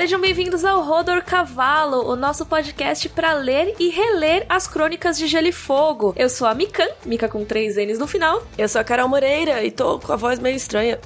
Sejam bem-vindos ao Rodor Cavalo, o nosso podcast para ler e reler as crônicas de Gelo e Fogo. Eu sou a Mikan, Mika com 3 N's no final. Eu sou a Carol Moreira e tô com a voz meio estranha.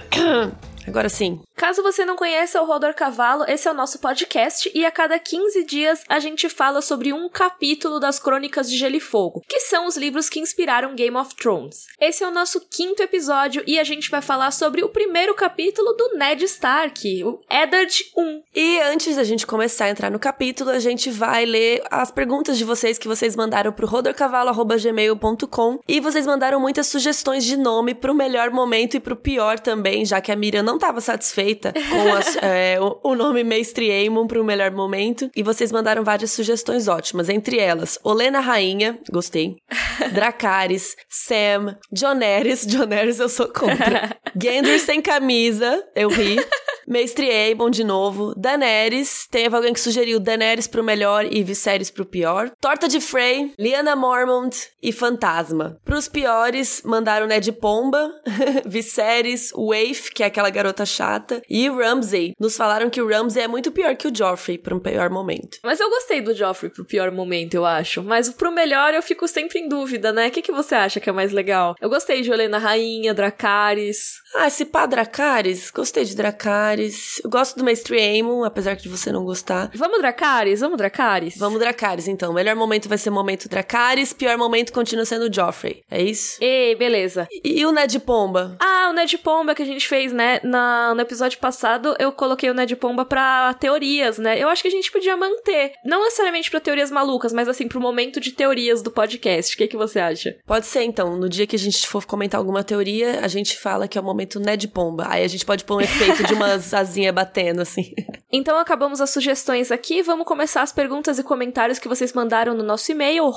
Agora sim. Caso você não conheça o Rodor Cavalo, esse é o nosso podcast e a cada 15 dias a gente fala sobre um capítulo das Crônicas de Gelo e Fogo, que são os livros que inspiraram Game of Thrones. Esse é o nosso 5º episódio e a gente vai falar sobre o primeiro capítulo do Ned Stark, o Eddard I. E antes da gente começar a entrar no capítulo, a gente vai ler as perguntas de vocês que vocês mandaram pro rodorcavalo@gmail.com e vocês mandaram muitas sugestões de nome pro melhor momento e pro pior também, já que a Miriam não estava satisfeita com o nome Mestre Aemon pro melhor momento. E vocês mandaram várias sugestões ótimas. Entre elas, Olenna Rainha, gostei. Dracarys, Sam, Jonerys eu sou contra. Gendry sem camisa, eu ri. Mestre Aemon de novo. Daenerys, teve alguém que sugeriu Daenerys pro melhor e Viserys pro pior. Torta de Frey, Lyanna Mormont e Fantasma. Pros piores, mandaram Ned Pomba, Viserys, Waif, que é aquela garota chata, e Ramsay. Nos falaram que o Ramsay é muito pior que o Joffrey pro pior momento. Mas eu gostei do Joffrey pro pior momento, eu acho. Mas pro melhor eu fico sempre em dúvida, né? O que você acha que é mais legal? Eu gostei de Olenna Rainha, Dracarys. Esse pá Dracarys, gostei de Dracarys. Eu gosto do Mestre Aemon, apesar de você não gostar. Vamos Dracarys? Vamos Dracarys, então. Melhor momento vai ser momento Dracarys, pior momento continua sendo o Joffrey. É isso? Beleza. E o Ned Pomba? O Ned Pomba que a gente fez, né? No episódio passado, eu coloquei o Ned Pomba pra teorias, né? Eu acho que a gente podia manter. Não necessariamente pra teorias malucas, mas assim, pro momento de teorias do podcast. O que você acha? Pode ser, então. No dia que a gente for comentar alguma teoria, a gente fala que é o momento Ned Pomba. Aí a gente pode pôr um efeito de umas asinhas batendo, assim. Então acabamos as sugestões aqui. Vamos começar as perguntas e comentários que vocês mandaram no nosso e-mail,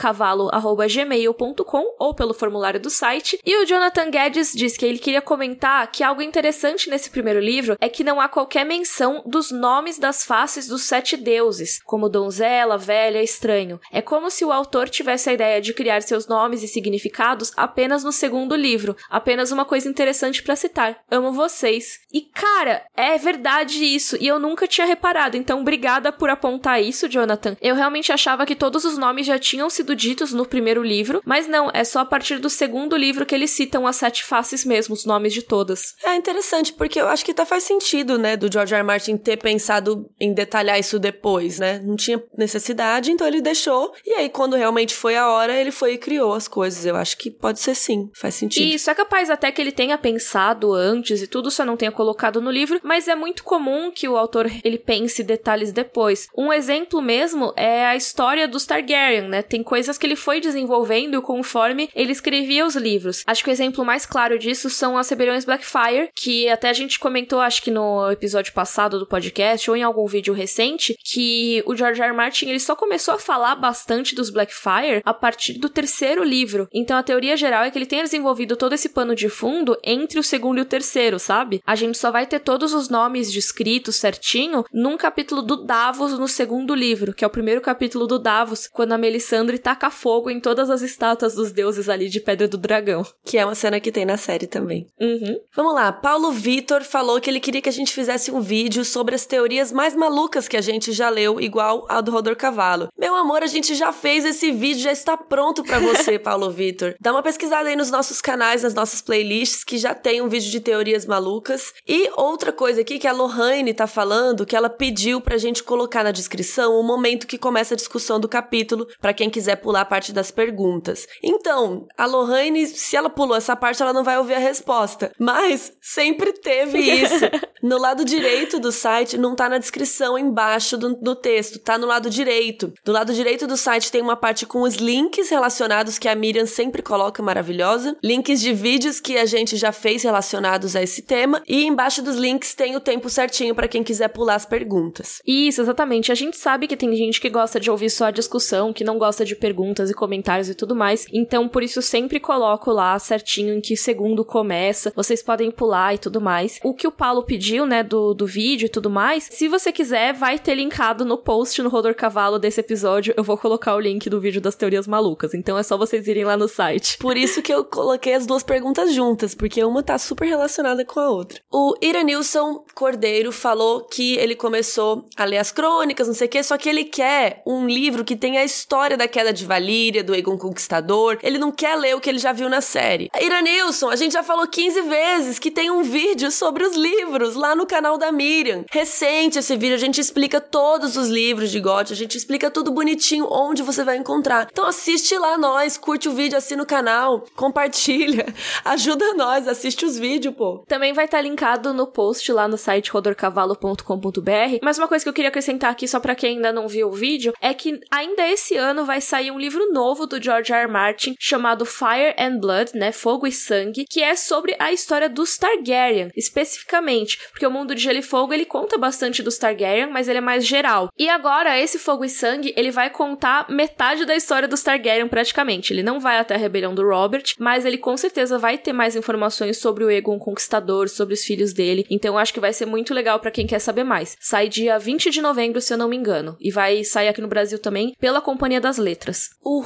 rodorcavalo@gmail.com, ou pelo formulário do site. E o Jonathan Guedes diz que ele queria comentar que algo interessante nesse primeiro livro é que não há qualquer menção dos nomes das faces dos 7 deuses, como donzela, velha, estranho. É como se o autor tivesse a ideia de criar seus nomes e significados apenas no segundo livro. Apenas uma coisa interessante pra citar. Amo vocês. E cara, é verdade isso, e eu nunca tinha reparado, então obrigada por apontar isso, Jonathan. Eu realmente achava que todos os nomes já tinham sido ditos no primeiro livro, mas não, é só a partir do segundo livro que eles citam as 7 faces mesmo, os nomes de todas. É interessante, porque eu acho que até faz sentido, né, do George R. R. Martin ter pensado em detalhar isso depois, né? Não tinha necessidade, então ele deixou, e aí quando realmente foi a hora, ele foi e criou as coisas. Eu acho que pode ser sim, faz sentido. Isso, é capaz até que ele tenha pensado antes e tudo, só não tenha colocado no livro, mas é muito comum que o autor, ele pense detalhes depois. Um exemplo mesmo é a história dos Targaryen, né? Tem coisas que ele foi desenvolvendo conforme ele escrevia os livros. Acho que o exemplo mais claro disso são as rebeliões Blackfyre, que até a gente comentou, acho que no episódio passado do podcast, ou em algum vídeo recente, que o George R. R. Martin, ele só começou a falar bastante dos Blackfyre a partir do 3º livro. Então a teoria geral é que ele tenha desenvolvido todo esse pano de fundo entre o 2º e o 3º, sabe? A gente só vai ter todos os nomes descritos certinho num capítulo do Davos no 2º livro, que é o primeiro capítulo do Davos, quando a Melisandre taca fogo em todas as estátuas dos deuses ali de Pedra do Dragão. Que é uma cena que tem na série também. Uhum. Vamos lá, Paulo Vitor falou que ele queria que a gente fizesse um vídeo sobre as teorias mais malucas que a gente já leu, igual a do Rodor Cavalo. Meu amor, a gente já fez esse vídeo, já está pronto pra você, Paulo Vitor. Dá uma pesquisada aí nos nossos canais, nas nossas playlists, que já tem um vídeo de teorias malucas. E outra coisa aqui que a Lohane tá falando, que ela pediu pra gente colocar na descrição o momento que começa a discussão do capítulo, pra quem quiser pular a parte das perguntas. Então, a Lohane, se ela pulou essa parte, ela não vai ouvir a resposta. Mas sempre teve isso. No lado direito do site, não tá na descrição embaixo do texto, tá no lado direito. Do lado direito do site tem uma parte com os links relacionados que a Miriam sempre coloca, maravilhosa. Links de vídeos que a gente já fez relacionados a esse tema. E embaixo dos links tem o tempo certinho pra quem quiser pular as perguntas. Isso, exatamente. A gente sabe que tem gente que gosta de ouvir só a discussão, que não gosta de perguntas e comentários e tudo mais. Então, por isso, eu sempre coloco lá certinho em que segundo começa. Vocês podem pular e tudo mais. O que o Paulo pediu, né, do vídeo e tudo mais, se você quiser, vai ter linkado no post no Rodor Cavalo desse episódio. Eu vou colocar o link do vídeo das teorias malucas. Então, é só vocês irem lá no site. Por isso que eu coloquei as duas perguntas juntas, porque uma tá super relacionada com a outra. O Iranil Iranilson Cordeiro falou que ele começou a ler as crônicas, não sei o que, só que ele quer um livro que tenha a história da queda de Valíria, do Aegon Conquistador. Ele não quer ler o que ele já viu na série. Iranilson, a gente já falou 15 vezes que tem um vídeo sobre os livros lá no canal da Miriam. Recente esse vídeo, a gente explica todos os livros de GOT, a gente explica tudo bonitinho onde você vai encontrar. Então assiste lá nós, curte o vídeo, assina o canal, compartilha, ajuda nós, assiste os vídeos, pô. Também vai estar linkado no post lá no site rodorcavalo.com.br, mas uma coisa que eu queria acrescentar aqui, só pra quem ainda não viu o vídeo, é que ainda esse ano vai sair um livro novo do George R. R. Martin, chamado Fire and Blood, né, Fogo e Sangue, que é sobre a história dos Targaryen, especificamente, porque o mundo de Gelo e Fogo, ele conta bastante dos Targaryen, mas ele é mais geral. E agora, esse Fogo e Sangue, ele vai contar metade da história dos Targaryen, praticamente. Ele não vai até a rebelião do Robert, mas ele com certeza vai ter mais informações sobre o Aegon Conquistador, sobre os filhos dele, então eu acho que vai ser muito legal pra quem quer saber mais. Sai dia 20 de novembro, se eu não me engano, e vai sair aqui no Brasil também pela Companhia das Letras. O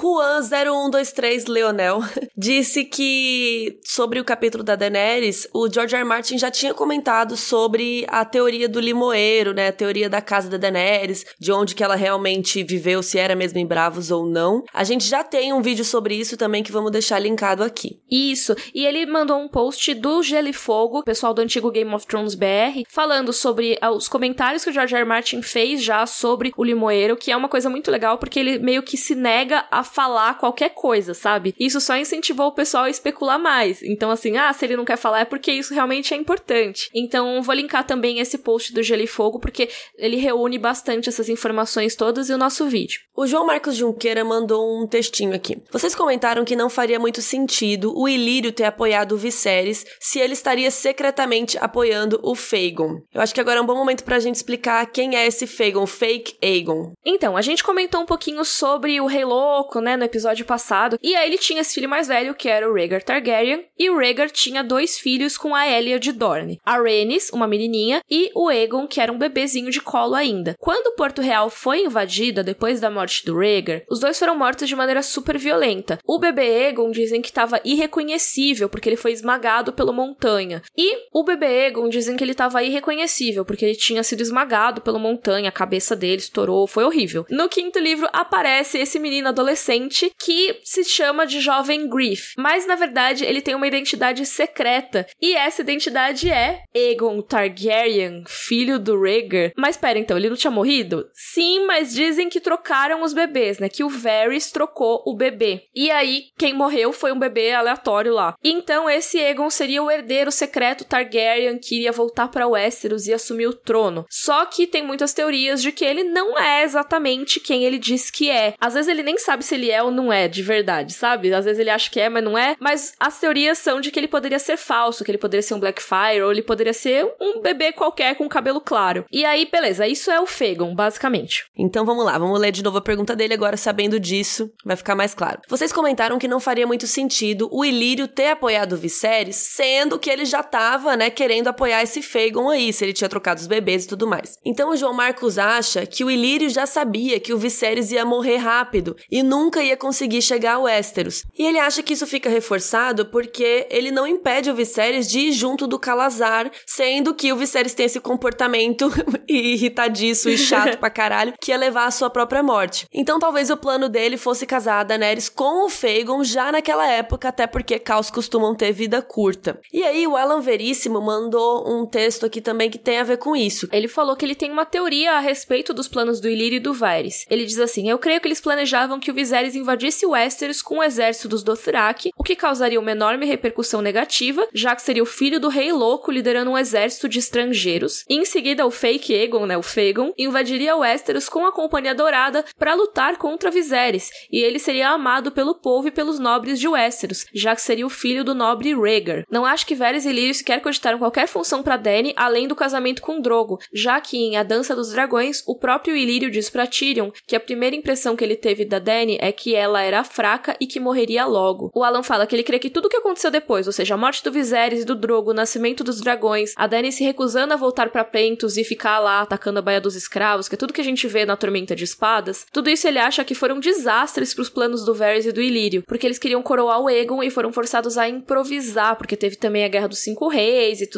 Juan0123 Leonel disse que sobre o capítulo da Daenerys, o George R. R. Martin já tinha comentado sobre a teoria do limoeiro, né, a teoria da casa da Daenerys, de onde que ela realmente viveu, se era mesmo em Bravos ou não. A gente já tem um vídeo sobre isso também que vamos deixar linkado aqui. Isso, e ele mandou um post do Gelo e Fogo, pessoal do antigo Game of Thrones BR, falando sobre os comentários que o George R. R. Martin fez já sobre o limoeiro, que é uma coisa muito legal, porque ele meio que se nega a falar qualquer coisa, sabe? Isso só incentivou o pessoal a especular mais. Então, assim, se ele não quer falar é porque isso realmente é importante. Então, vou linkar também esse post do Gelo e Fogo, porque ele reúne bastante essas informações todas e o nosso vídeo. O João Marcos Junqueira mandou um textinho aqui. Vocês comentaram que não faria muito sentido o Ilírio ter apoiado o Viserys se ele estaria secretamente apoiando o Fagon. Eu acho que agora é um bom momento pra gente explicar quem é esse Fagon, o Fake Aegon. Então, a gente comentou um pouquinho sobre o Rei Louco, né, no episódio passado, e aí ele tinha esse filho mais velho, que era o Rhaegar Targaryen, e o Rhaegar tinha 2 filhos com a Elia de Dorne. A Rhaenys, uma menininha, e o Aegon, que era um bebezinho de colo ainda. Quando Porto Real foi invadida, depois da morte do Rhaegar, os 2 foram mortos de maneira super violenta. O bebê Aegon dizem que estava irreconhecível, porque ele foi esmagado pela montanha. E o bebê Aegon dizem que ele estava irreconhecível, porque ele tinha sido esmagado pela montanha, a cabeça dele estourou, foi horrível. No 5º livro aparece esse menino adolescente que se chama de Jovem Griff, mas na verdade ele tem uma identidade secreta, e essa identidade é Aegon Targaryen, filho do Rhaegar. Mas pera, então, ele não tinha morrido? Sim, mas dizem que trocaram os bebês, né, que o Varys trocou o bebê. E aí, quem morreu foi um bebê aleatório lá. Então, esse Aegon seria o herdeiro secreto Targaryen que iria voltar pra Westeros e assumir o trono. Só que tem muitas teorias de que ele não é exatamente quem ele diz que é. Às vezes ele nem sabe se ele é ou não é de verdade, sabe? Às vezes ele acha que é, mas não é. Mas as teorias são de que ele poderia ser falso, que ele poderia ser um Blackfyre, ou ele poderia ser um bebê qualquer com cabelo claro. E aí, beleza, isso é o Fagon, basicamente. Então vamos lá, vamos ler de novo a pergunta dele agora, sabendo disso, vai ficar mais claro. Vocês comentaram que não faria muito sentido o Ilírio ter apoiado o Viserys, sendo que ele já tava, né, querendo apoiar esse Fagon aí, se ele tinha trocado os bebês e tudo mais. Então o João Marcos acha que o Ilírio já sabia que o Viserys ia morrer rápido e nunca ia conseguir chegar a Westeros. E ele acha que isso fica reforçado porque ele não impede o Viserys de ir junto do Calazar, sendo que o Viserys tem esse comportamento irritadiço e chato pra caralho, que ia levar à sua própria morte. Então talvez o plano dele fosse casar a Daenerys com o Fagon já naquela época, até porque caos costumam ter vida curta. E aí o Alan Veríssimo mandou um texto aqui também que tem a ver com isso. Ele falou que ele tem uma teoria a respeito dos planos do Ilírio e do Varys. Ele diz assim: eu creio que eles planejavam que o Viserys invadisse Westeros com o exército dos Dothraki, o que causaria uma enorme repercussão negativa, já que seria o filho do Rei Louco liderando um exército de estrangeiros. E em seguida o Fake Aegon, né, o Fagon, invadiria Westeros com a Companhia Dourada para lutar contra Viserys, e ele seria amado pelo povo e pelos nobres de Westeros, já que seria o filho do nobre Rhaegar. Não acho que Varys e Ilírio sequer cogitaram qualquer função para Dany além do casamento com Drogo, já que em A Dança dos Dragões, o próprio Ilírio diz pra Tyrion que a primeira impressão que ele teve da Dany é que ela era fraca e que morreria logo. O Alan fala que ele crê que tudo o que aconteceu depois, ou seja, a morte do Viserys e do Drogo, o nascimento dos dragões, a Dany se recusando a voltar pra Pentos e ficar lá atacando a Baía dos Escravos, que é tudo que a gente vê na Tormenta de Espadas, tudo isso ele acha que foram desastres pros planos do Varys e do Ilírio, porque eles queriam coroar o Aegon e foram forçados a improvisar, porque teve também a Guerra dos 5 Reis e tudo mais,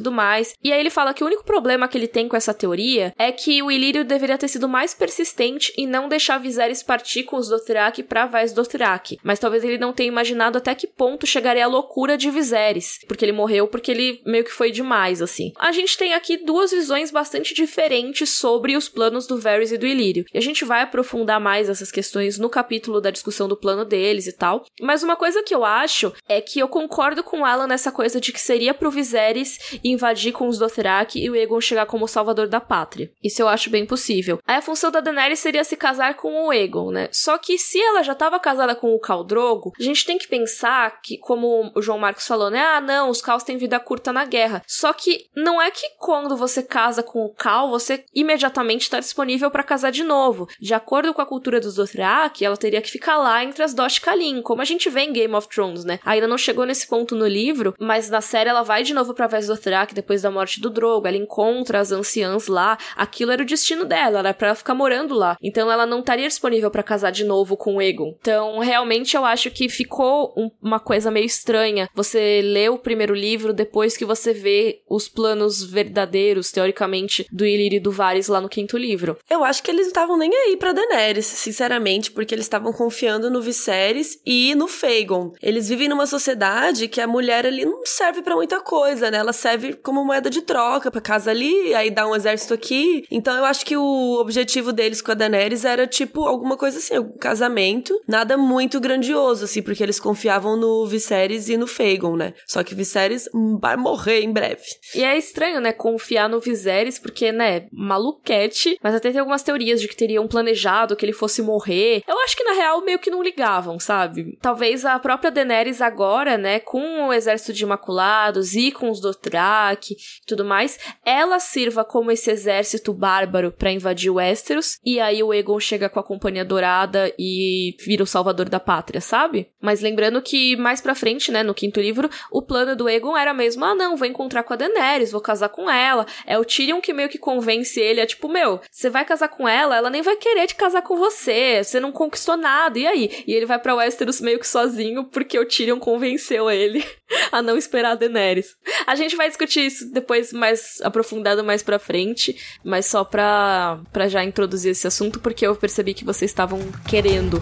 mais. E aí ele fala que o único problema que ele tem com essa teoria é que o Ilírio deveria ter sido mais persistente em não deixar Viserys partir com os Dothraki pra Vaes Dothraki. Mas talvez ele não tenha imaginado até que ponto chegaria a loucura de Viserys. Porque ele morreu porque ele meio que foi demais, assim. A gente tem aqui duas visões bastante diferentes sobre os planos do Varys e do Ilírio. E a gente vai aprofundar mais essas questões no capítulo da discussão do plano deles e tal. Mas uma coisa que eu acho é que eu concordo com ela nessa coisa de que seria pro Viserys invadir com os Dothraki e o Aegon chegar como salvador da pátria. Isso eu acho bem possível. Aí a função da Daenerys seria se casar com o Aegon, né? Só que se ela já estava casada com o Khal Drogo, a gente tem que pensar que, como o João Marcos falou, né? Ah, não, os Khals têm vida curta na guerra. Só que não é que quando você casa com o Khal, você imediatamente está disponível para casar de novo. De acordo com a cultura dos Dothraki, ela teria que ficar lá entre as Dosh Khalim, como a gente vê em Game of Thrones, né? Ainda não chegou nesse ponto no livro, mas na série ela vai de novo pra Vaes Dothraki depois da morte do Drogo, ela encontra as anciãs lá, aquilo era o destino dela, era pra ela ficar morando lá. Então ela não estaria disponível pra casar de novo com o Aegon. Então, realmente eu acho que ficou uma coisa meio estranha você ler o primeiro livro depois que você vê os planos verdadeiros, teoricamente, do Ilírio e do Varys lá no quinto livro. Eu acho que eles não estavam nem aí pra Daenerys, sinceramente, porque eles estavam confiando no Viserys e no Fagon. Eles vivem numa sociedade que a mulher ali não serve pra muita coisa, né? Ela serve como moeda de troca, pra casa ali, aí dá um exército aqui. Então eu acho que o objetivo deles com a Daenerys era, tipo, alguma coisa assim, um casamento, nada muito grandioso, assim, porque eles confiavam no Viserys e no Fagon, né? Só que o Viserys vai morrer em breve. E é estranho, né, confiar no Viserys, porque, né, maluquete, mas até tem algumas teorias de que teriam planejado que ele fosse morrer. Eu acho que, na real, meio que não ligavam, sabe? Talvez a própria Daenerys agora, né, com o exército de Imaculados e com os Dothraki e tudo mais, ela sirva como esse exército bárbaro pra invadir Westeros, e aí o Aegon chega com a Companhia Dourada e vira o salvador da pátria, sabe? Mas lembrando que mais pra frente, né, no quinto livro, o plano do Aegon era mesmo, ah não, vou encontrar com a Daenerys, vou casar com ela. É o Tyrion que meio que convence ele, é tipo, meu, você vai casar com ela nem vai querer te casar com você não conquistou nada, e aí? E ele vai pra Westeros meio que sozinho, porque o Tyrion convenceu ele a não esperar a Daenerys. A gente vai discutir isso depois mais aprofundado mais pra frente, mas só pra já introduzir esse assunto, porque eu percebi que vocês estavam querendo.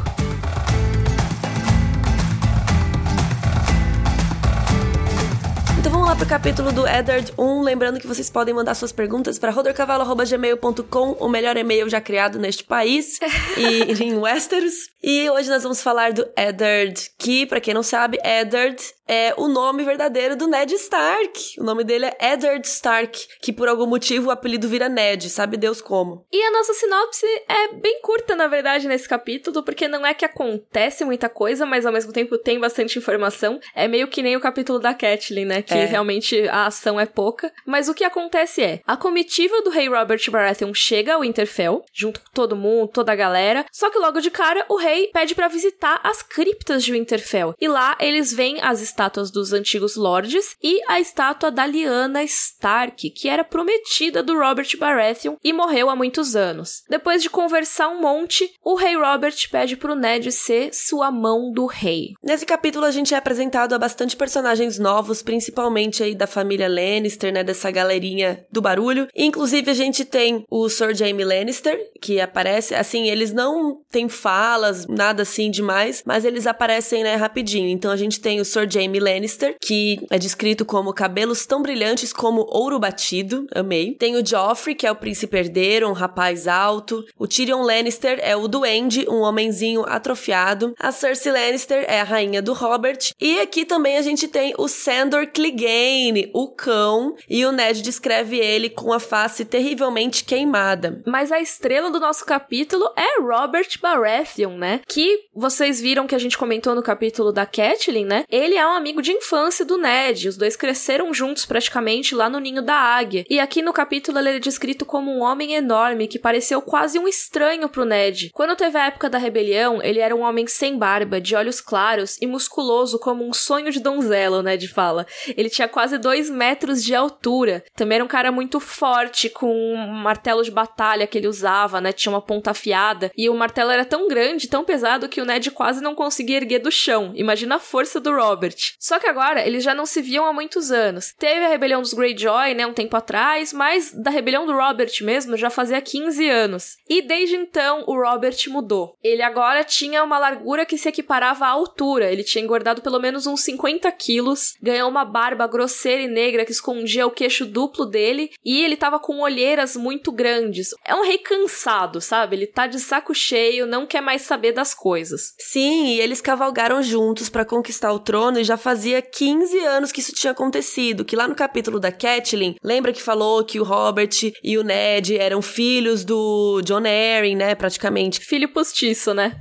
Então vamos lá pro capítulo do Eddard 1, lembrando que vocês podem mandar suas perguntas para rodorcavalo@gmail.com, o melhor e-mail já criado neste país e em Westeros. E hoje nós vamos falar do Eddard, que, pra quem não sabe, Eddard é o nome verdadeiro do Ned Stark. O nome dele é Eddard Stark, que por algum motivo o apelido vira Ned, sabe Deus como. E a nossa sinopse é bem curta, na verdade, nesse capítulo, porque não é que acontece muita coisa, mas ao mesmo tempo tem bastante informação. É meio que nem o capítulo da Catelyn, né, que realmente a ação é pouca. Mas o que acontece é, a comitiva do rei Robert Baratheon chega ao Winterfell, junto com todo mundo, toda a galera, só que logo de cara o rei pede pra visitar as criptas de Winterfell. E lá eles veem as estátuas dos antigos lords e a estátua da Lyanna Stark, que era prometida do Robert Baratheon e morreu há muitos anos. Depois de conversar um monte, o rei Robert pede pro Ned ser sua mão do rei. Nesse capítulo a gente é apresentado a bastante personagens novos, principalmente aí da família Lannister, né, dessa galerinha do barulho. E, inclusive a gente tem o Sir Jaime Lannister, que aparece, assim, eles não têm falas, nada assim demais, mas eles aparecem, né, rapidinho. Então a gente tem o Sir Jaime Lannister, que é descrito como cabelos tão brilhantes como ouro batido, amei. Tem o Joffrey, que é o príncipe herdeiro, um rapaz alto. O Tyrion Lannister é o duende, um homenzinho atrofiado. A Cersei Lannister é a rainha do Robert. E aqui também a gente tem o Sandor Clegane, o cão, e o Ned descreve ele com a face terrivelmente queimada. Mas a estrela do nosso capítulo é Robert Baratheon, né? Que vocês viram que a gente comentou no capítulo da Catelyn, né? Ele é um amigo de infância do Ned. Os dois cresceram juntos praticamente lá no Ninho da Águia. E aqui no capítulo ele é descrito como um homem enorme que pareceu quase um estranho pro Ned. Quando teve a época da rebelião, ele era um homem sem barba, de olhos claros e musculoso como um sonho de donzela, o Ned fala. Ele tinha quase 2 metros de altura. Também era um cara muito forte, com um martelo de batalha que ele usava, né? Tinha uma ponta afiada. E o martelo era tão grande, tão pesado, que o Ned quase não conseguia erguer do chão. Imagina a força do Robert. novamente. Só que agora eles já não se viam há muitos anos. Teve a rebelião dos Greyjoy, né, um tempo atrás, mas da rebelião do Robert mesmo já fazia 15 anos. E desde então o Robert mudou. Ele agora tinha uma largura que se equiparava à altura. Ele tinha engordado pelo menos uns 50 quilos, ganhou uma barba grosseira e negra que escondia o queixo duplo dele, e ele tava com olheiras muito grandes. É um rei cansado, sabe? Ele tá de saco cheio, não quer mais saber das coisas. Sim, e eles cavalgaram juntos pra conquistar o trono e já fazia 15 anos que isso tinha acontecido, que lá no capítulo da Catelyn, lembra que falou que o Robert e o Ned eram filhos do Jon Arryn, né, praticamente. Filho postiço, né?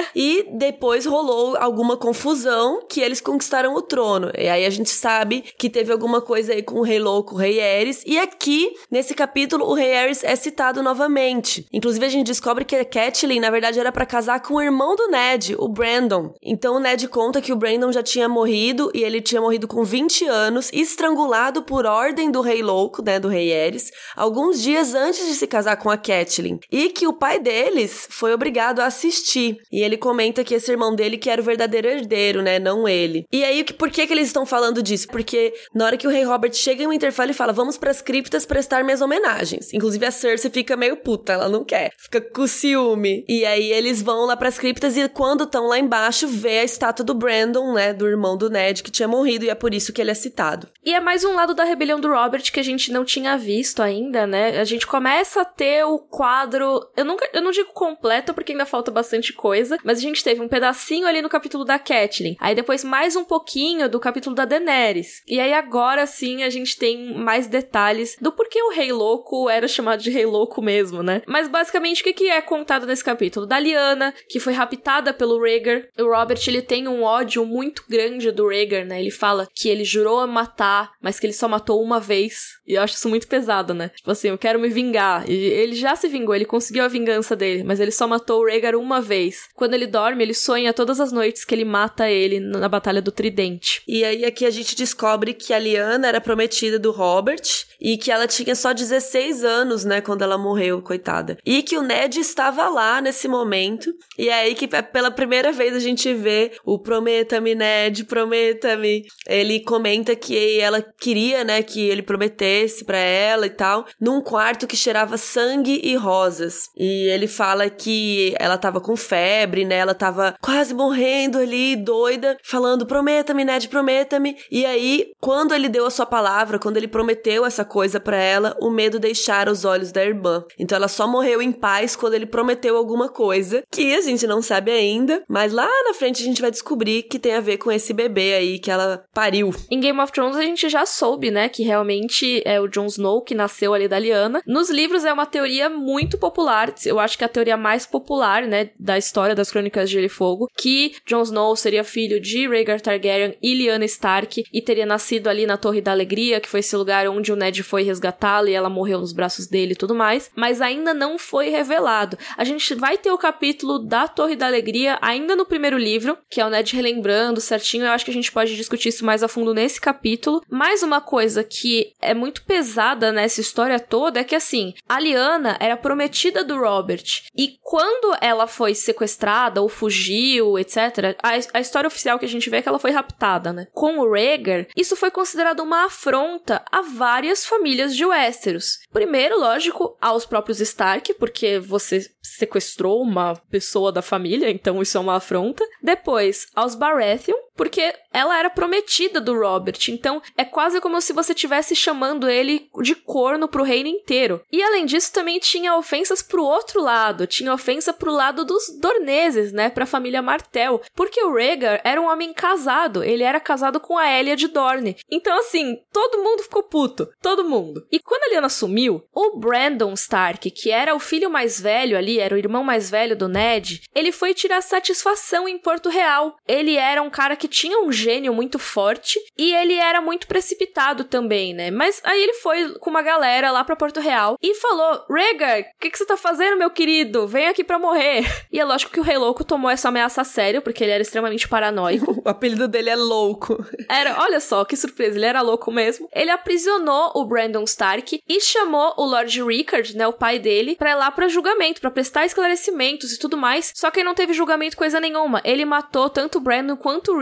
E depois rolou alguma confusão que eles conquistaram o trono. E aí a gente sabe que teve alguma coisa aí com o Rei Louco, o Rei Aerys, e aqui, nesse capítulo, o Rei Aerys é citado novamente. Inclusive a gente descobre que a Catelyn, na verdade, era pra casar com o irmão do Ned, o Brandon. Então o Ned conta que o Brandon já tinha morrido, e ele tinha morrido com 20 anos, estrangulado por ordem do Rei Louco, né, do Rei Aerys, alguns dias antes de se casar com a Catelyn. E que o pai deles foi obrigado a assistir. E ele comenta que esse irmão dele que era o verdadeiro herdeiro, né, não ele. E aí, por que eles estão falando disso? Porque na hora que o Rei Robert chega em Winterfell, ele fala, vamos pras criptas prestar minhas homenagens. Inclusive a Cersei fica meio puta, ela não quer. Fica com ciúme. E aí eles vão lá pras criptas e quando estão lá embaixo, vê a estátua do Brandon, né, do irmão do Ned, que tinha morrido, e é por isso que ele é citado. E é mais um lado da rebelião do Robert que a gente não tinha visto ainda, né? A gente começa a ter o quadro... Eu não digo completo, porque ainda falta bastante coisa, mas a gente teve um pedacinho ali no capítulo da Catelyn. Aí depois mais um pouquinho do capítulo da Daenerys. E aí agora sim a gente tem mais detalhes do porquê o Rei Louco era chamado de Rei Louco mesmo, né? Mas basicamente o que é contado nesse capítulo? Da Lyanna, que foi raptada pelo Rhaegar. O Robert, ele tem um ódio muito grande do Rhaegar, né? Ele fala que ele jurou matar, mas que ele só matou uma vez. E eu acho isso muito pesado, né? Tipo assim, eu quero me vingar. E ele já se vingou, ele conseguiu a vingança dele, mas ele só matou o Rhaegar uma vez. Quando ele dorme, ele sonha todas as noites que ele mata ele na Batalha do Tridente. E aí aqui a gente descobre que a Lyanna era prometida do Robert e que ela tinha só 16 anos, né, quando ela morreu, coitada. E que o Ned estava lá nesse momento. E é aí que pela primeira vez a gente vê o prometa-me, Ned, prometa-me. Ele comenta que ela queria, né, que ele prometesse pra ela e tal, num quarto que cheirava sangue e rosas. E ele fala que ela tava com febre, né, ela tava quase morrendo ali, doida, falando, prometa-me, Ned, prometa-me. E aí, quando ele deu a sua palavra, quando ele prometeu essa coisa pra ela, o medo deixara os olhos da irmã. Então ela só morreu em paz quando ele prometeu alguma coisa, que a gente não sabe ainda, mas lá na frente a gente vai descobrir que tem a ver com esse bebê aí que ela pariu. Em Game of Thrones a gente já soube, né, que realmente é o Jon Snow que nasceu ali da Lyanna. Nos livros é uma teoria muito popular, eu acho que é a teoria mais popular, né, da história das Crônicas de Gelo e Fogo, que Jon Snow seria filho de Rhaegar Targaryen e Lyanna Stark e teria nascido ali na Torre da Alegria, que foi esse lugar onde o Ned foi resgatá-la e ela morreu nos braços dele e tudo mais, mas ainda não foi revelado. A gente vai ter o capítulo da Torre da Alegria ainda no primeiro livro, que é o Ned relembrando certinho. Eu acho que a gente pode discutir isso mais a fundo nesse capítulo. Mais uma coisa que é muito pesada nessa história toda é que, assim, a Lyanna era prometida do Robert, e quando ela foi sequestrada ou fugiu, etc., a história oficial que a gente vê é que ela foi raptada, né? Com o Rhaegar, isso foi considerado uma afronta a várias famílias de Westeros. Primeiro, lógico, aos próprios Stark, porque você sequestrou uma pessoa da família, então isso é uma afronta. Depois, aos Baratheon, porque ela era prometida do Robert, então é quase como se você estivesse chamando ele de corno pro reino inteiro. E além disso, também tinha ofensas pro outro lado, tinha ofensa pro lado dos Dorneses, né, pra família Martell, porque o Rhaegar era um homem casado, ele era casado com a Elia de Dorne. Então, assim, todo mundo ficou puto, todo mundo. E quando a Lyanna sumiu, o Brandon Stark, que era o filho mais velho ali, era o irmão mais velho do Ned, ele foi tirar satisfação em Porto Real. Ele era um cara que tinha um gênio muito forte e ele era muito precipitado também, né? Mas aí ele foi com uma galera lá pra Porto Real e falou, Rhaegar, o que você tá fazendo, meu querido? Vem aqui pra morrer. E é lógico que o Rei Louco tomou essa ameaça a sério, porque ele era extremamente paranoico. O apelido dele é Louco. Olha só, que surpresa, ele era louco mesmo. Ele aprisionou o Brandon Stark e chamou o Lord Rickard, né, o pai dele, pra ir lá pra julgamento, pra prestar esclarecimentos e tudo mais. Só que ele não teve julgamento coisa nenhuma. Ele matou tanto o Brandon quanto o Rickard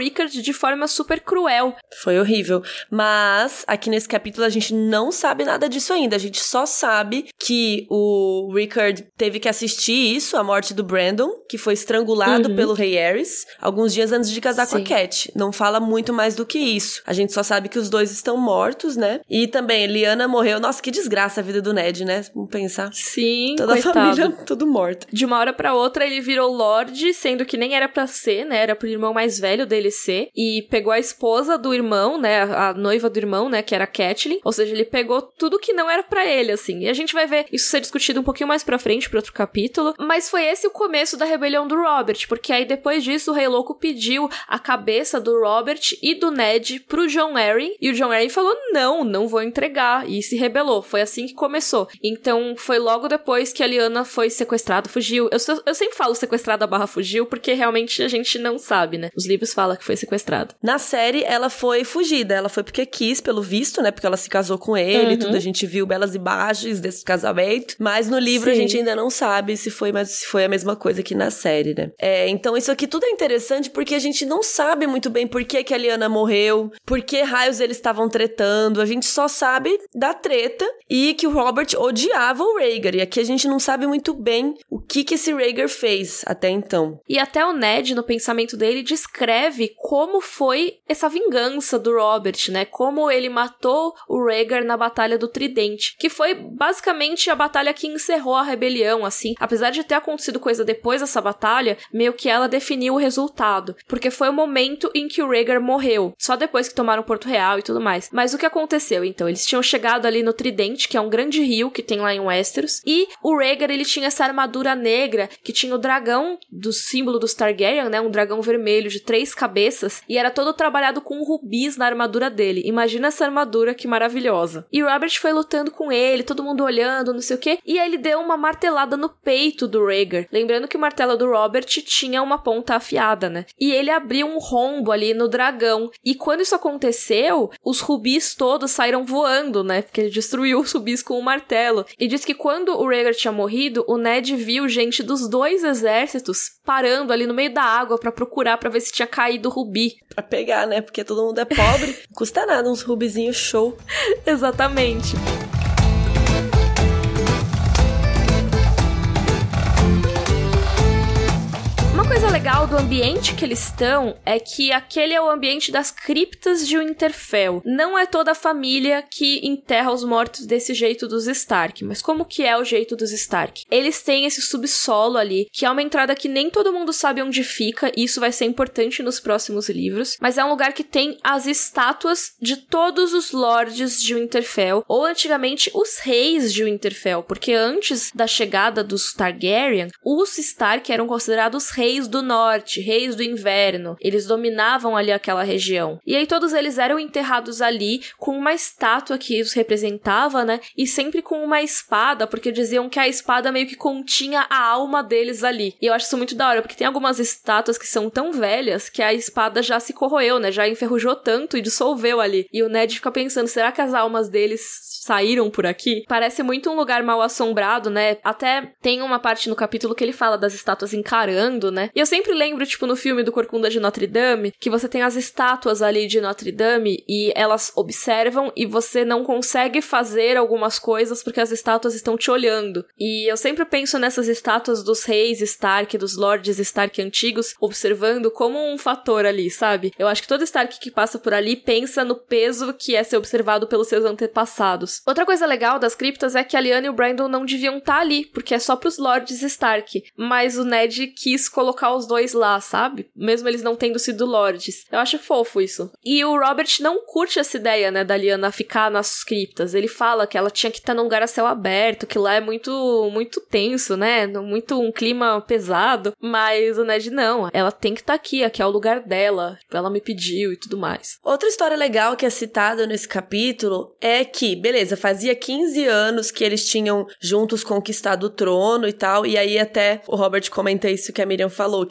Rickard de forma super cruel. Foi horrível. Mas, aqui nesse capítulo, a gente não sabe nada disso ainda. A gente só sabe que o Rickard teve que assistir isso, a morte do Brandon, que foi estrangulado pelo Rei Aerys, alguns dias antes de casar com a Cat. Não fala muito mais do que isso. A gente só sabe que os dois estão mortos, né? E também, Lyanna morreu. Nossa, que desgraça a vida do Ned, né? Vamos pensar. Sim, toda coitado. a família, tudo morta. De uma hora pra outra, ele virou Lorde, sendo que nem era pra ser, né? Era pro irmão mais velho dele ser. E pegou a esposa do irmão, né? A noiva do irmão, né? Que era a Catelyn. Ou seja, ele pegou tudo que não era pra ele, assim. E a gente vai ver isso ser discutido um pouquinho mais pra frente, pra outro capítulo. Mas foi esse o começo da rebelião do Robert. Porque aí, depois disso, o Rei Louco pediu a cabeça do Robert e do Ned pro Jon Arryn. E o Jon Arryn falou, não vou entregar. E se rebelou. Foi assim que começou. Então, foi logo depois que a Lyanna foi sequestrada, fugiu. Eu sempre falo sequestrada / fugiu, porque realmente a gente não sabe, né? Os livros falam que foi sequestrada. Na série, ela foi fugida. Ela foi porque quis, pelo visto, né? Porque ela se casou com ele, tudo. A gente viu belas imagens desse casamento. Mas no livro, a gente ainda não sabe se foi a mesma coisa que na série, né? Então, isso aqui tudo é interessante porque a gente não sabe muito bem por que a Lyanna morreu, por que raios eles estavam tretando. A gente só sabe da treta e que o Robert odiava o Rhaegar. E aqui a gente não sabe muito bem o que esse Rhaegar fez até então. E até o Ned, no pensamento dele, descreve como foi essa vingança do Robert, né? Como ele matou o Rhaegar na Batalha do Tridente, que foi basicamente a batalha que encerrou a rebelião, assim. Apesar de ter acontecido coisa depois dessa batalha, meio que ela definiu o resultado, porque foi o momento em que o Rhaegar morreu, só depois que tomaram Porto Real e tudo mais. Mas o que aconteceu, então? Eles tinham chegado ali no Tridente, que é um grande rio que tem lá em Westeros, e o Rhaegar, ele tinha essa armadura negra, que tinha o dragão do símbolo dos Targaryen, né? Um dragão vermelho de 3 cabeças, e era todo trabalhado com rubis na armadura dele. Imagina essa armadura, que maravilhosa. E o Robert foi lutando com ele, todo mundo olhando, não sei o quê, e aí ele deu uma martelada no peito do Rhaegar. Lembrando que o martelo do Robert tinha uma ponta afiada, né? E ele abriu um rombo ali no dragão. E quando isso aconteceu, os rubis todos saíram voando, né? Porque ele destruiu os rubis com o martelo. E diz que quando o Rhaegar tinha morrido, o Ned viu gente dos 2 exércitos parando ali no meio da água pra procurar, pra ver se tinha caído rubi. Pra pegar, né? Porque todo mundo é pobre. Custa nada, uns rubizinhos show. Exatamente. Uma coisa legal do ambiente que eles estão é que aquele é o ambiente das criptas de Winterfell. Não é toda a família que enterra os mortos desse jeito dos Stark, mas como que é o jeito dos Stark? Eles têm esse subsolo ali, que é uma entrada que nem todo mundo sabe onde fica, e isso vai ser importante nos próximos livros, mas é um lugar que tem as estátuas de todos os lords de Winterfell, ou antigamente os reis de Winterfell, porque antes da chegada dos Targaryen, os Stark eram considerados reis do norte, reis do inverno. Eles dominavam ali aquela região. E aí todos eles eram enterrados ali com uma estátua que os representava, né? E sempre com uma espada, porque diziam que a espada meio que continha a alma deles ali. E eu acho isso muito da hora, porque tem algumas estátuas que são tão velhas que a espada já se corroeu, né? Já enferrujou tanto e dissolveu ali. E o Ned fica pensando, será que as almas deles saíram por aqui? Parece muito um lugar mal assombrado, né? Até tem uma parte no capítulo que ele fala das estátuas encarando, né? E eu sempre lembro, tipo, no filme do Corcunda de Notre Dame, que você tem as estátuas ali de Notre Dame e elas observam e você não consegue fazer algumas coisas porque as estátuas estão te olhando. E eu sempre penso nessas estátuas dos reis Stark, dos lords Stark antigos, observando como um fator ali, sabe? Eu acho que todo Stark que passa por ali pensa no peso que é ser observado pelos seus antepassados. Outra coisa legal das criptas é que a Lyanna e o Brandon não deviam estar ali, porque é só pros lords Stark. Mas o Ned quis colocar os dois lá, sabe? Mesmo eles não tendo sido lords. Eu acho fofo isso. E o Robert não curte essa ideia, né, da Lyanna ficar nas criptas. Ele fala que ela tinha que estar num lugar a céu aberto, que lá é muito tenso, né? Muito um clima pesado. Mas o Ned não. Ela tem que estar aqui é o lugar dela. Ela me pediu e tudo mais. Outra história legal que é citada nesse capítulo é que, beleza, fazia 15 anos que eles tinham juntos conquistado o trono e tal, e aí até o Robert comenta isso que a Miriam falou, que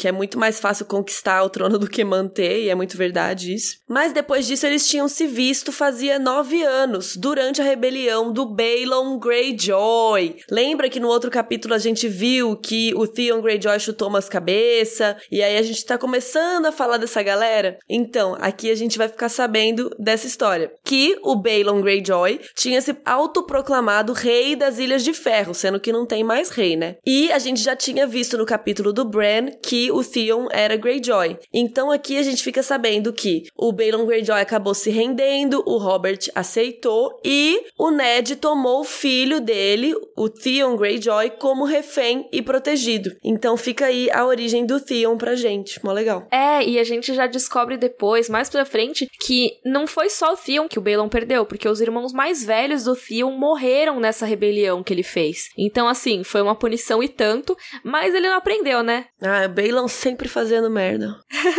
que é muito mais fácil conquistar o trono do que manter, e é muito verdade isso. Mas depois disso eles tinham se visto fazia 9 anos, durante a rebelião do Balon Greyjoy. Lembra que no outro capítulo a gente viu que o Theon Greyjoy chutou umas cabeças, e aí a gente tá começando a falar dessa galera? Então, aqui a gente vai ficar sabendo dessa história, que o Balon Greyjoy tinha se autoproclamado rei das Ilhas de Ferro, sendo que não tem mais rei, né? E a gente já tinha visto no capítulo do Bran que o Theon era Greyjoy. Então aqui a gente fica sabendo que o Balon Greyjoy acabou se rendendo, o Robert aceitou e o Ned tomou o filho dele, o Theon Greyjoy, como refém e protegido. Então fica aí a origem do Theon pra gente. Mó legal. E a gente já descobre depois, mais pra frente, que não foi só o Theon que o Balon perdeu, porque os irmãos mais velhos do Theon morreram nessa rebelião que ele fez. Então, assim, foi uma punição e tanto, mas ele não aprendeu, né? Ah, Balon sempre fazendo merda.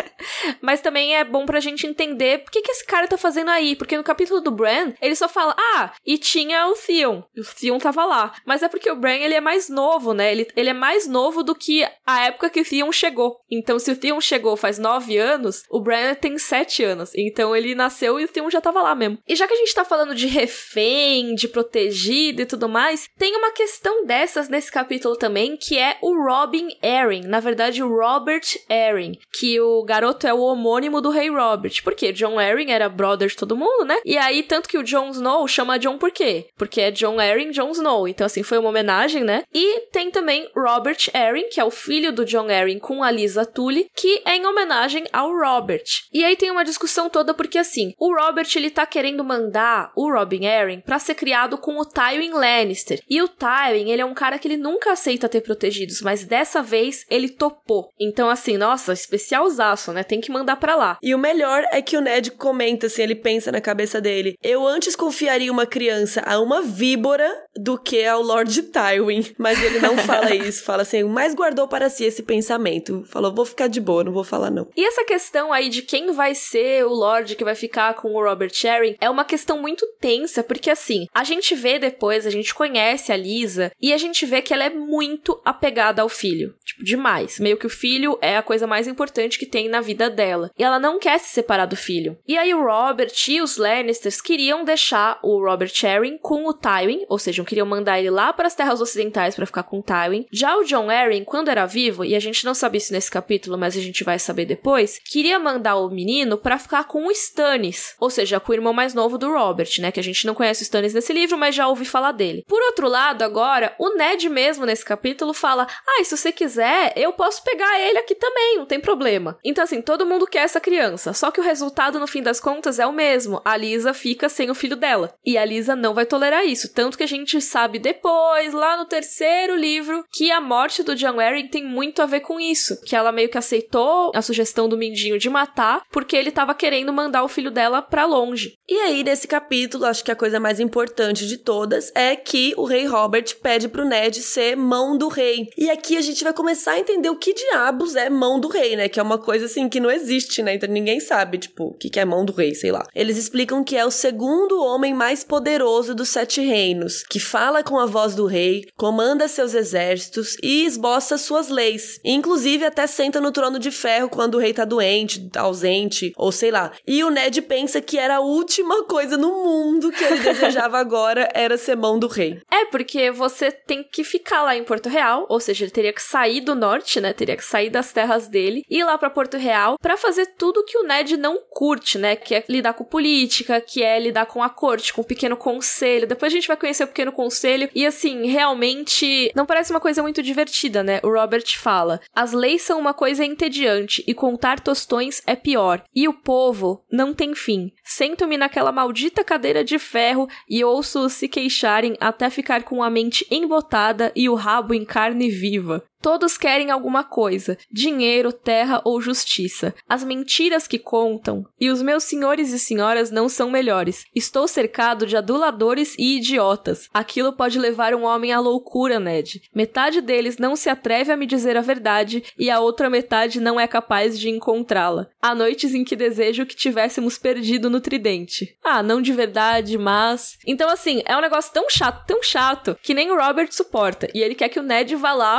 Mas também é bom pra gente entender por que esse cara tá fazendo aí, porque no capítulo do Bran, ele só fala, e tinha o Theon tava lá. Mas é porque o Bran, ele é mais novo, né? Ele é mais novo do que a época que o Theon chegou. Então, se o Theon chegou faz 9 anos, o Bran tem 7 anos. Então, ele nasceu e o Theon já tava lá mesmo. E já que a gente tá falando de refém, de protegido e tudo mais, tem uma questão dessas nesse capítulo também, que é o Robin Arryn. Na verdade, o Robert Arryn, que o garoto é o homônimo do rei Robert. Por quê? Jon Arryn era brother de todo mundo, né? E aí, tanto que o Jon Snow chama Jon por quê? Porque é Jon Arryn, Jon Snow. Então, assim, foi uma homenagem, né? E tem também Robert Arryn, que é o filho do Jon Arryn com a Lysa Tully, que é em homenagem ao Robert. E aí tem uma discussão toda porque, assim, o Robert, ele tá querendo mandar o Robin Arryn pra ser criado com o Tywin Lannister. E o Tywin, ele é um cara que ele nunca aceita ter protegidos, mas dessa vez ele topou. Então, assim, nossa, especialzaço, né? Tem que mandar pra lá. E o melhor é que o Ned comenta, assim, ele pensa na cabeça dele, eu antes confiaria uma criança a uma víbora do que ao Lord Tywin. Mas ele não fala isso, fala assim, mas guardou para si esse pensamento. Falou, vou ficar de boa, não vou falar não. E essa questão aí de quem vai ser o Lord que vai ficar com o Robert Arryn é uma questão muito tensa, porque assim, a gente vê depois, a gente conhece a Lysa e a gente vê que ela é muito apegada ao filho. Tipo, demais. Meio que o filho é a coisa mais importante que tem na vida dela. E ela não quer se separar do filho. E aí o Robert e os Lannisters queriam deixar o Robert Arryn com o Tywin, ou seja, queriam mandar ele lá para as terras ocidentais para ficar com o Tywin. Já o Jon Arryn, quando era vivo, e a gente não sabe isso nesse capítulo, mas a gente vai saber depois, queria mandar o menino para ficar com o Stannis, ou seja, com o irmão mais novo do Robert, né, que a gente não conhece o Stannis nesse livro, mas já ouvi falar dele. Por outro lado, agora, o Ned mesmo nesse capítulo fala, e se você quiser, eu posso pegar ele aqui também, não tem problema. Então, assim, todo mundo quer essa criança, só que o resultado, no fim das contas, é o mesmo. A Lysa fica sem o filho dela. E a Lysa não vai tolerar isso. Tanto que a gente sabe depois, lá no 3º livro, que a morte do Jon Arryn tem muito a ver com isso. Que ela meio que aceitou a sugestão do Mindinho de matar, porque ele tava querendo mandar o filho dela pra longe. E aí, nesse capítulo, acho que a coisa mais importante de todas é que o rei Robert pede pro Ned ser mão do rei. E aqui a gente vai começar a entender o que diabos é mão do rei, né? Que é uma coisa, assim, que não existe, né? Então ninguém sabe, tipo, o que é mão do rei, sei lá. Eles explicam que é o segundo homem mais poderoso dos 7 reinos, que fala com a voz do rei, comanda seus exércitos e esboça suas leis. Inclusive, até senta no trono de ferro quando o rei tá doente, ausente, ou sei lá. E o Ned pensa que era a última coisa no mundo que ele desejava agora era ser mão do rei. É, porque você tem que ficar lá em Porto Real, ou seja, ele teria que sair do norte, né? Teria que sair das terras dele, ir lá pra Porto Real pra fazer tudo que o Ned não curte, né? Que é lidar com política, que é lidar com a corte, com o pequeno conselho. Depois a gente vai conhecer o pequeno conselho e, assim, realmente não parece uma coisa muito divertida, né? O Robert fala, as leis são uma coisa entediante e contar tostões é pior. E o povo não tem fim. Sento-me naquela maldita cadeira de ferro e ouço-os se queixarem até ficar com a mente embotada e o rabo em carne viva. Todos querem alguma coisa, dinheiro, terra ou justiça. As mentiras que contam, e os meus senhores e senhoras não são melhores. Estou cercado de aduladores e idiotas. Aquilo pode levar um homem à loucura, Ned. Metade deles não se atreve a me dizer a verdade e a outra metade não é capaz de encontrá-la. Há noites em que desejo que tivéssemos perdido no tridente. Não de verdade, mas... Então, assim, é um negócio tão chato, que nem o Robert suporta. E ele quer que o Ned vá lá pra ser o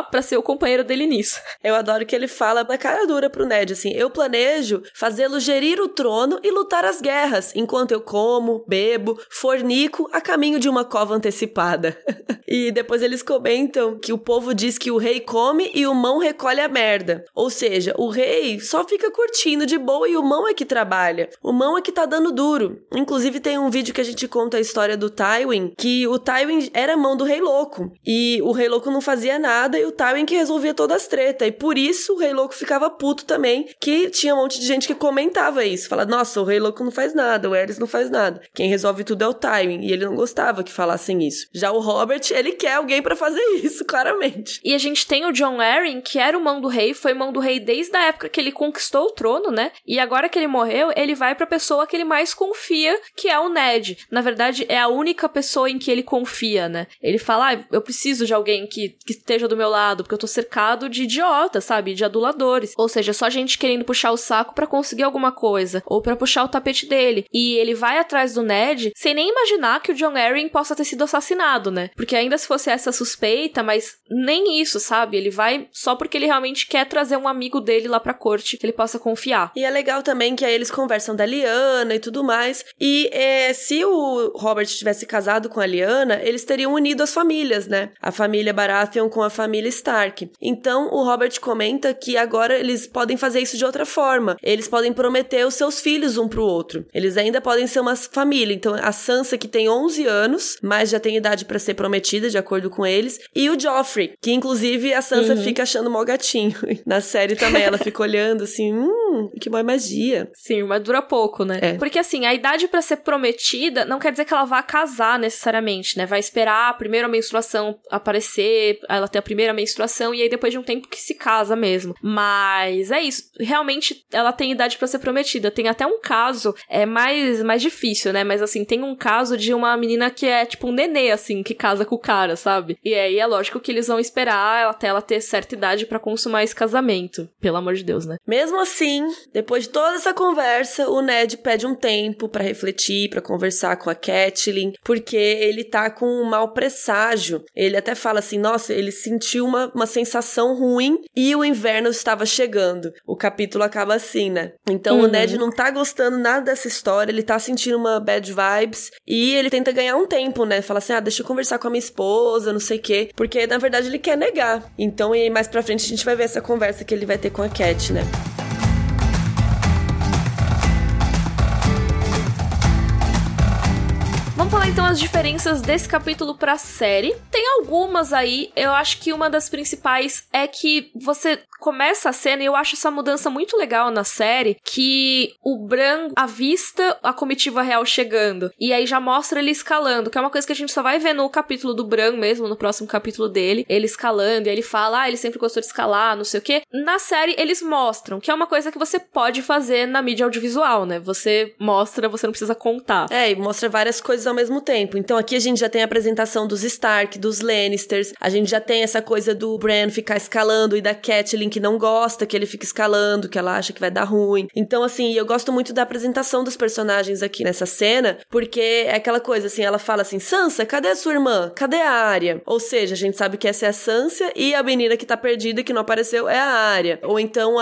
companheiro dele nisso. Eu adoro que ele fala na cara dura pro Ned, assim, eu planejo fazê-lo gerir o trono e lutar as guerras, enquanto eu como, bebo, fornico a caminho de uma cova antecipada. E depois eles comentam que o povo diz que o rei come e o mão recolhe a merda. Ou seja, o rei só fica curtindo de boa e o mão é que trabalha. O mão é que tá dando duro. Inclusive tem um vídeo que a gente conta a história do Tywin, que o Tywin era mão do Rei Louco. E o Rei Louco não fazia nada e o Tywin que resolvia todas as tretas. E por isso o Rei Louco ficava puto também, que tinha um monte de gente que comentava isso. Fala, nossa, o Rei Louco não faz nada, o Aerys não faz nada. Quem resolve tudo é o Tywin. E ele não gostava que falassem isso. Já o Robert, ele quer alguém pra fazer isso, claramente. E a gente tem o Jon Arryn, que era o mão do rei, foi mão do rei desde a época que ele conquistou o trono, né? E agora que ele morreu, ele vai pra pessoa que ele mais confia, que é o Ned. Na verdade, é a única pessoa em que ele confia, né? Ele fala, eu preciso de alguém que esteja do meu lado, porque eu tô cercado de idiotas, sabe? De aduladores. Ou seja, só gente querendo puxar o saco pra conseguir alguma coisa, ou pra puxar o tapete dele. E ele vai atrás do Ned sem nem imaginar que o Jon Arryn possa ter sido assassinado, né? Porque ainda se fosse essa suspeita, mas nem isso, sabe? Ele vai só porque ele realmente quer trazer um amigo dele lá pra corte, que ele possa confiar. E é legal também que aí eles conversam da Lyanna e tudo mais. E se o Robert tivesse casado com a Lyanna, eles teriam unido as famílias, né? A família Baratheon com a família Stark. Então, o Robert comenta que agora eles podem fazer isso de outra forma. Eles podem prometer os seus filhos um pro outro. Eles ainda podem ser uma família. Então, a Sansa, que tem 11 anos, mas já tem idade pra ser prometida, de acordo com eles. E o Joffrey, que inclusive a Sansa fica achando mó gatinho. Na série também, ela fica olhando assim, que boa magia. Sim, mas dura pouco, né? Porque assim, a idade pra ser prometida não quer dizer que ela vá casar necessariamente, né? Vai esperar a primeira menstruação aparecer, ela ter a primeira menstruação e aí depois de um tempo que se casa mesmo. Mas é isso, realmente ela tem idade pra ser prometida. Tem até um caso, mais difícil, né? Mas assim, tem um caso de uma menina que é tipo um nenê, assim, que casa com o cara, sabe? E aí é lógico que eles vão esperar até ela ter certa idade pra consumar esse casamento. Pelo amor de Deus, né? Mesmo assim, depois de toda essa conversa, o Ned pede um tempo pra refletir, pra conversar com a Catelyn, porque ele tá com um mau presságio. Ele até fala assim, nossa, ele sentiu uma sensação ruim e o inverno estava chegando. O capítulo acaba assim, né? Então o Ned não tá gostando nada dessa história, ele tá sentindo uma bad vibes e ele tenta ganhar um tempo, né? Fala assim, deixa eu conversar com a minha esposa, não sei o quê. Porque, na verdade, ele quer negar. Então, e mais pra frente, a gente vai ver essa conversa que ele vai ter com a Cat, né? Vamos falar então as diferenças desse capítulo pra série. Tem algumas aí, eu acho que uma das principais é que você começa a cena, e eu acho essa mudança muito legal na série, que o Bran avista a comitiva real chegando, e aí já mostra ele escalando, que é uma coisa que a gente só vai ver no capítulo do Bran mesmo, no próximo capítulo dele, ele escalando, e aí ele fala, ele sempre gostou de escalar, não sei o quê. Na série, eles mostram, que é uma coisa que você pode fazer na mídia audiovisual, né? Você mostra, você não precisa contar. E mostra várias coisas ao mesmo tempo. Então aqui a gente já tem a apresentação dos Stark, dos Lannisters, a gente já tem essa coisa do Bran ficar escalando e da Catelyn que não gosta que ele fique escalando, que ela acha que vai dar ruim. Então assim, eu gosto muito da apresentação dos personagens aqui nessa cena, porque é aquela coisa assim, ela fala assim, Sansa, cadê a sua irmã? Cadê a Arya? Ou seja, a gente sabe que essa é a Sansa e a menina que tá perdida, que não apareceu, é a Arya. Ou então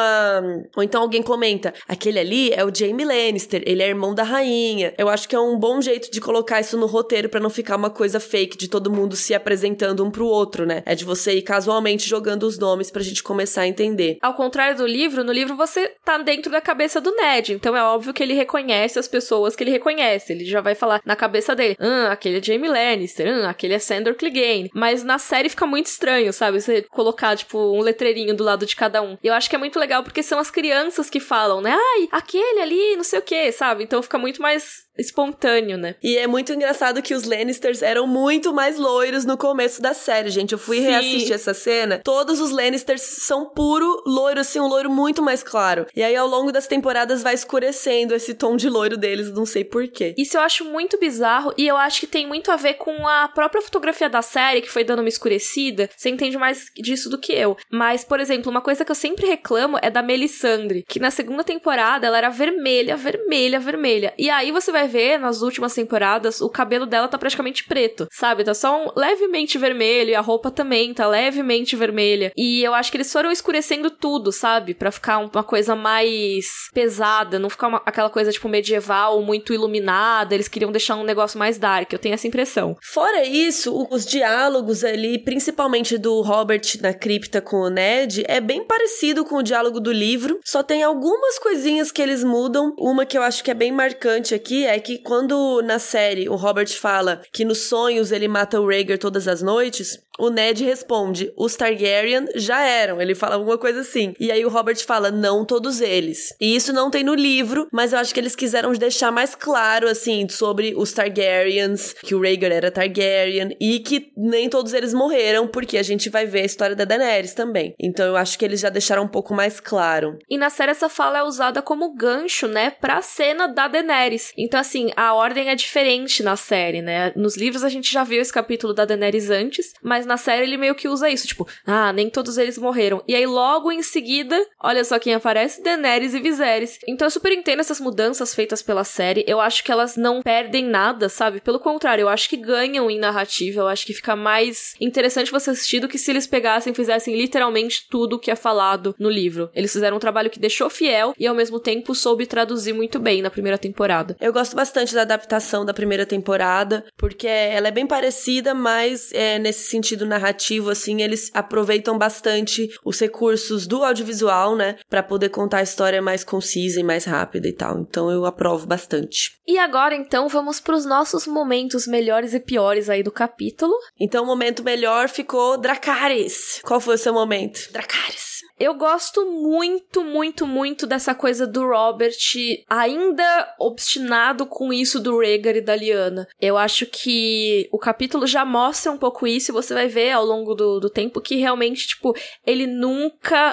alguém comenta, aquele ali é o Jaime Lannister, ele é irmão da rainha. Eu acho que é um bom jeito de colocar isso no roteiro pra não ficar uma coisa fake de todo mundo se apresentando um pro outro, né? É de você ir casualmente jogando os nomes pra gente começar a entender. Ao contrário do livro, no livro você tá dentro da cabeça do Ned, então é óbvio que ele reconhece as pessoas que ele reconhece, ele já vai falar na cabeça dele, aquele é Jaime Lannister, aquele é Sandor Clegane, mas na série fica muito estranho, sabe? Você colocar, tipo, um letreirinho do lado de cada um. E eu acho que é muito legal porque são as crianças que falam, né? Ai, aquele ali, não sei o que, sabe? Então fica muito mais espontâneo, né? E é muito engraçado que os Lannisters eram muito mais loiros no começo da série, gente. Eu fui reassistir essa cena. Todos os Lannisters são puro loiro, assim, um loiro muito mais claro. E aí, ao longo das temporadas, vai escurecendo esse tom de loiro deles, não sei porquê. Isso eu acho muito bizarro e eu acho que tem muito a ver com a própria fotografia da série, que foi dando uma escurecida. Você entende mais disso do que eu. Mas, por exemplo, uma coisa que eu sempre reclamo é da Melisandre, que na segunda temporada ela era vermelha, vermelha, vermelha. E aí você vai ver nas últimas temporadas o cabelo dela tá praticamente preto, sabe? Tá só levemente vermelho e a roupa também tá levemente vermelha. E eu acho que eles foram escurecendo tudo, sabe? Pra ficar uma coisa mais pesada, não ficar aquela coisa, tipo, medieval, muito iluminada. Eles queriam deixar um negócio mais dark, eu tenho essa impressão. Fora isso, os diálogos ali, principalmente do Robert na cripta com o Ned, é bem parecido com o diálogo do livro, só tem algumas coisinhas que eles mudam. Uma que eu acho que é bem marcante aqui é que quando na série o Robert fala que nos sonhos ele mata o Rhaegar todas as noites, o Ned responde, os Targaryen já eram. Ele fala alguma coisa assim. E aí o Robert fala, não todos eles. E isso não tem no livro, mas eu acho que eles quiseram deixar mais claro, assim, sobre os Targaryens, que o Rhaegar era Targaryen, e que nem todos eles morreram, porque a gente vai ver a história da Daenerys também. Então eu acho que eles já deixaram um pouco mais claro. E na série essa fala é usada como gancho, né, pra cena da Daenerys. Então, assim, a ordem é diferente na série, né? Nos livros a gente já viu esse capítulo da Daenerys antes, mas na série ele meio que usa isso, tipo, nem todos eles morreram. E aí logo em seguida, olha só quem aparece, Daenerys e Viserys. Então eu super entendo essas mudanças feitas pela série, eu acho que elas não perdem nada, sabe? Pelo contrário, eu acho que ganham em narrativa, eu acho que fica mais interessante você assistir do que se eles pegassem e fizessem literalmente tudo o que é falado no livro. Eles fizeram um trabalho que deixou fiel e ao mesmo tempo soube traduzir muito bem na primeira temporada. Eu gosto bastante da adaptação da primeira temporada, porque ela é bem parecida, mas nesse sentido narrativo, assim, eles aproveitam bastante os recursos do audiovisual, né, pra poder contar a história mais concisa e mais rápida e tal. Então eu aprovo bastante. E agora, então, vamos pros nossos momentos melhores e piores aí do capítulo. Então o momento melhor ficou Dracarys. Qual foi o seu momento? Dracarys. Eu gosto muito, muito, muito dessa coisa do Robert ainda obstinado com isso do Rhaegar e da Lyanna. Eu acho que o capítulo já mostra um pouco isso e você vai ver ao longo do tempo que realmente, tipo, ele nunca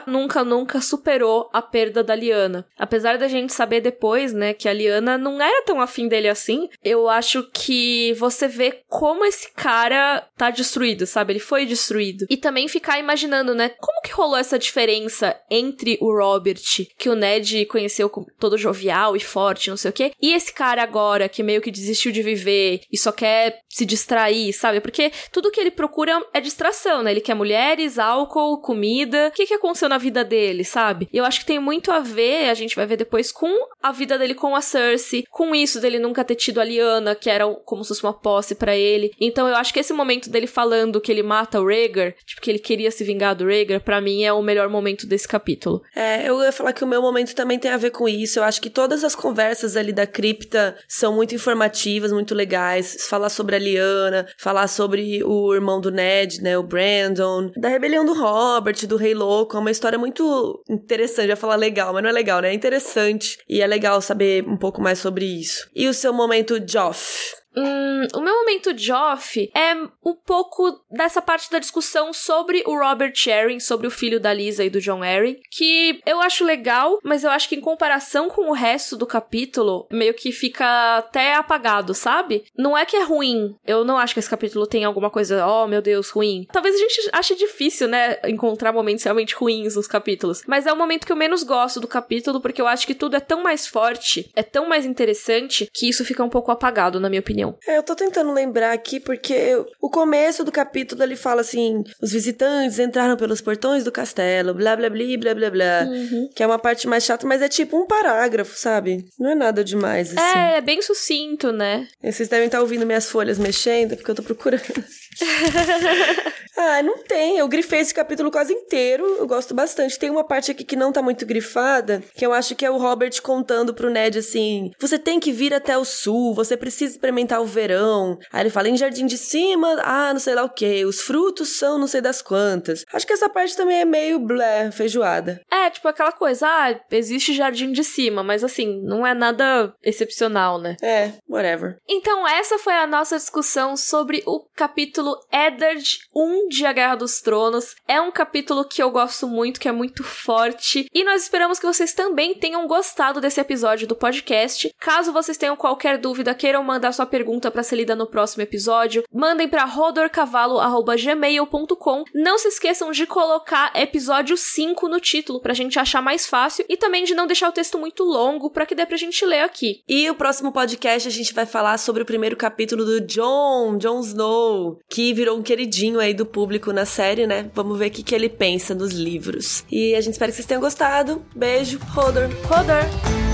superou a perda da Lyanna. Apesar da gente saber depois, né, que a Lyanna não era tão afim dele assim, eu acho que você vê como esse cara tá destruído, sabe? Ele foi destruído. E também ficar imaginando, né, como que rolou essa diferença entre o Robert, que o Ned conheceu como todo jovial e forte, não sei o quê, e esse cara agora, que meio que desistiu de viver e só quer se distrair, sabe? Porque tudo que ele procura é distração, né? Ele quer mulheres, álcool, comida. O que aconteceu na vida dele, sabe? E eu acho que tem muito a ver, a gente vai ver depois, com a vida dele com a Cersei, com isso dele nunca ter tido a Lyanna, que era como se fosse uma posse pra ele. Então eu acho que esse momento dele falando que ele mata o Rhaegar, tipo, que ele queria se vingar do Rhaegar, pra mim é o melhor momento desse capítulo. Eu ia falar que o meu momento também tem a ver com isso. Eu acho que todas as conversas ali da cripta são muito informativas, muito legais. Falar sobre a Lyanna, falar sobre o irmão do Ned, né, o Brandon, da rebelião do Robert, do Rei Louco. É uma história muito interessante. Eu ia falar legal, mas não é legal, né? É interessante. E é legal saber um pouco mais sobre isso. E o seu momento, Joff? O meu momento Joff é um pouco dessa parte da discussão sobre o Robert Arryn, sobre o filho da Lysa e do Jon Arryn, que eu acho legal, mas eu acho que em comparação com o resto do capítulo, meio que fica até apagado, sabe? Não é que é ruim, eu não acho que esse capítulo tem alguma coisa, oh meu Deus, ruim. Talvez a gente ache difícil, né, encontrar momentos realmente ruins nos capítulos, mas é o momento que eu menos gosto do capítulo, porque eu acho que tudo é tão mais forte, é tão mais interessante, que isso fica um pouco apagado, na minha opinião. Eu tô tentando lembrar aqui porque o começo do capítulo ele fala assim, os visitantes entraram pelos portões do castelo, blá blá blá blá blá blá, que é uma parte mais chata, mas é tipo um parágrafo, sabe? Não é nada demais, assim. É bem sucinto, né? Vocês devem estar ouvindo minhas folhas mexendo, porque eu tô procurando. Não tem. Eu grifei esse capítulo quase inteiro. Eu gosto bastante. Tem uma parte aqui que não tá muito grifada, que eu acho que é o Robert contando pro Ned assim, você tem que vir até o sul, você precisa experimentar o verão. Aí ele fala, em Jardim de Cima, não sei lá o quê, os frutos são não sei das quantas. Acho que essa parte também é meio blé, feijoada. Tipo aquela coisa, existe Jardim de Cima, mas assim, não é nada excepcional, né? Whatever. Então essa foi a nossa discussão sobre o capítulo Eddard 1 de A Guerra dos Tronos. É um capítulo que eu gosto muito, que é muito forte, e nós esperamos que vocês também tenham gostado desse episódio do podcast. Caso vocês tenham qualquer dúvida, queiram mandar sua pergunta para ser lida no próximo episódio, mandem para rodorcavalo@gmail.com. Não se esqueçam de colocar episódio 5 no título pra gente achar mais fácil, e também de não deixar o texto muito longo pra que dê pra gente ler aqui. E o próximo podcast a gente vai falar sobre o primeiro capítulo do Jon Snow, que virou um queridinho aí do público na série, né? Vamos ver o que ele pensa nos livros. E a gente espera que vocês tenham gostado. Beijo, Hodor! Hodor!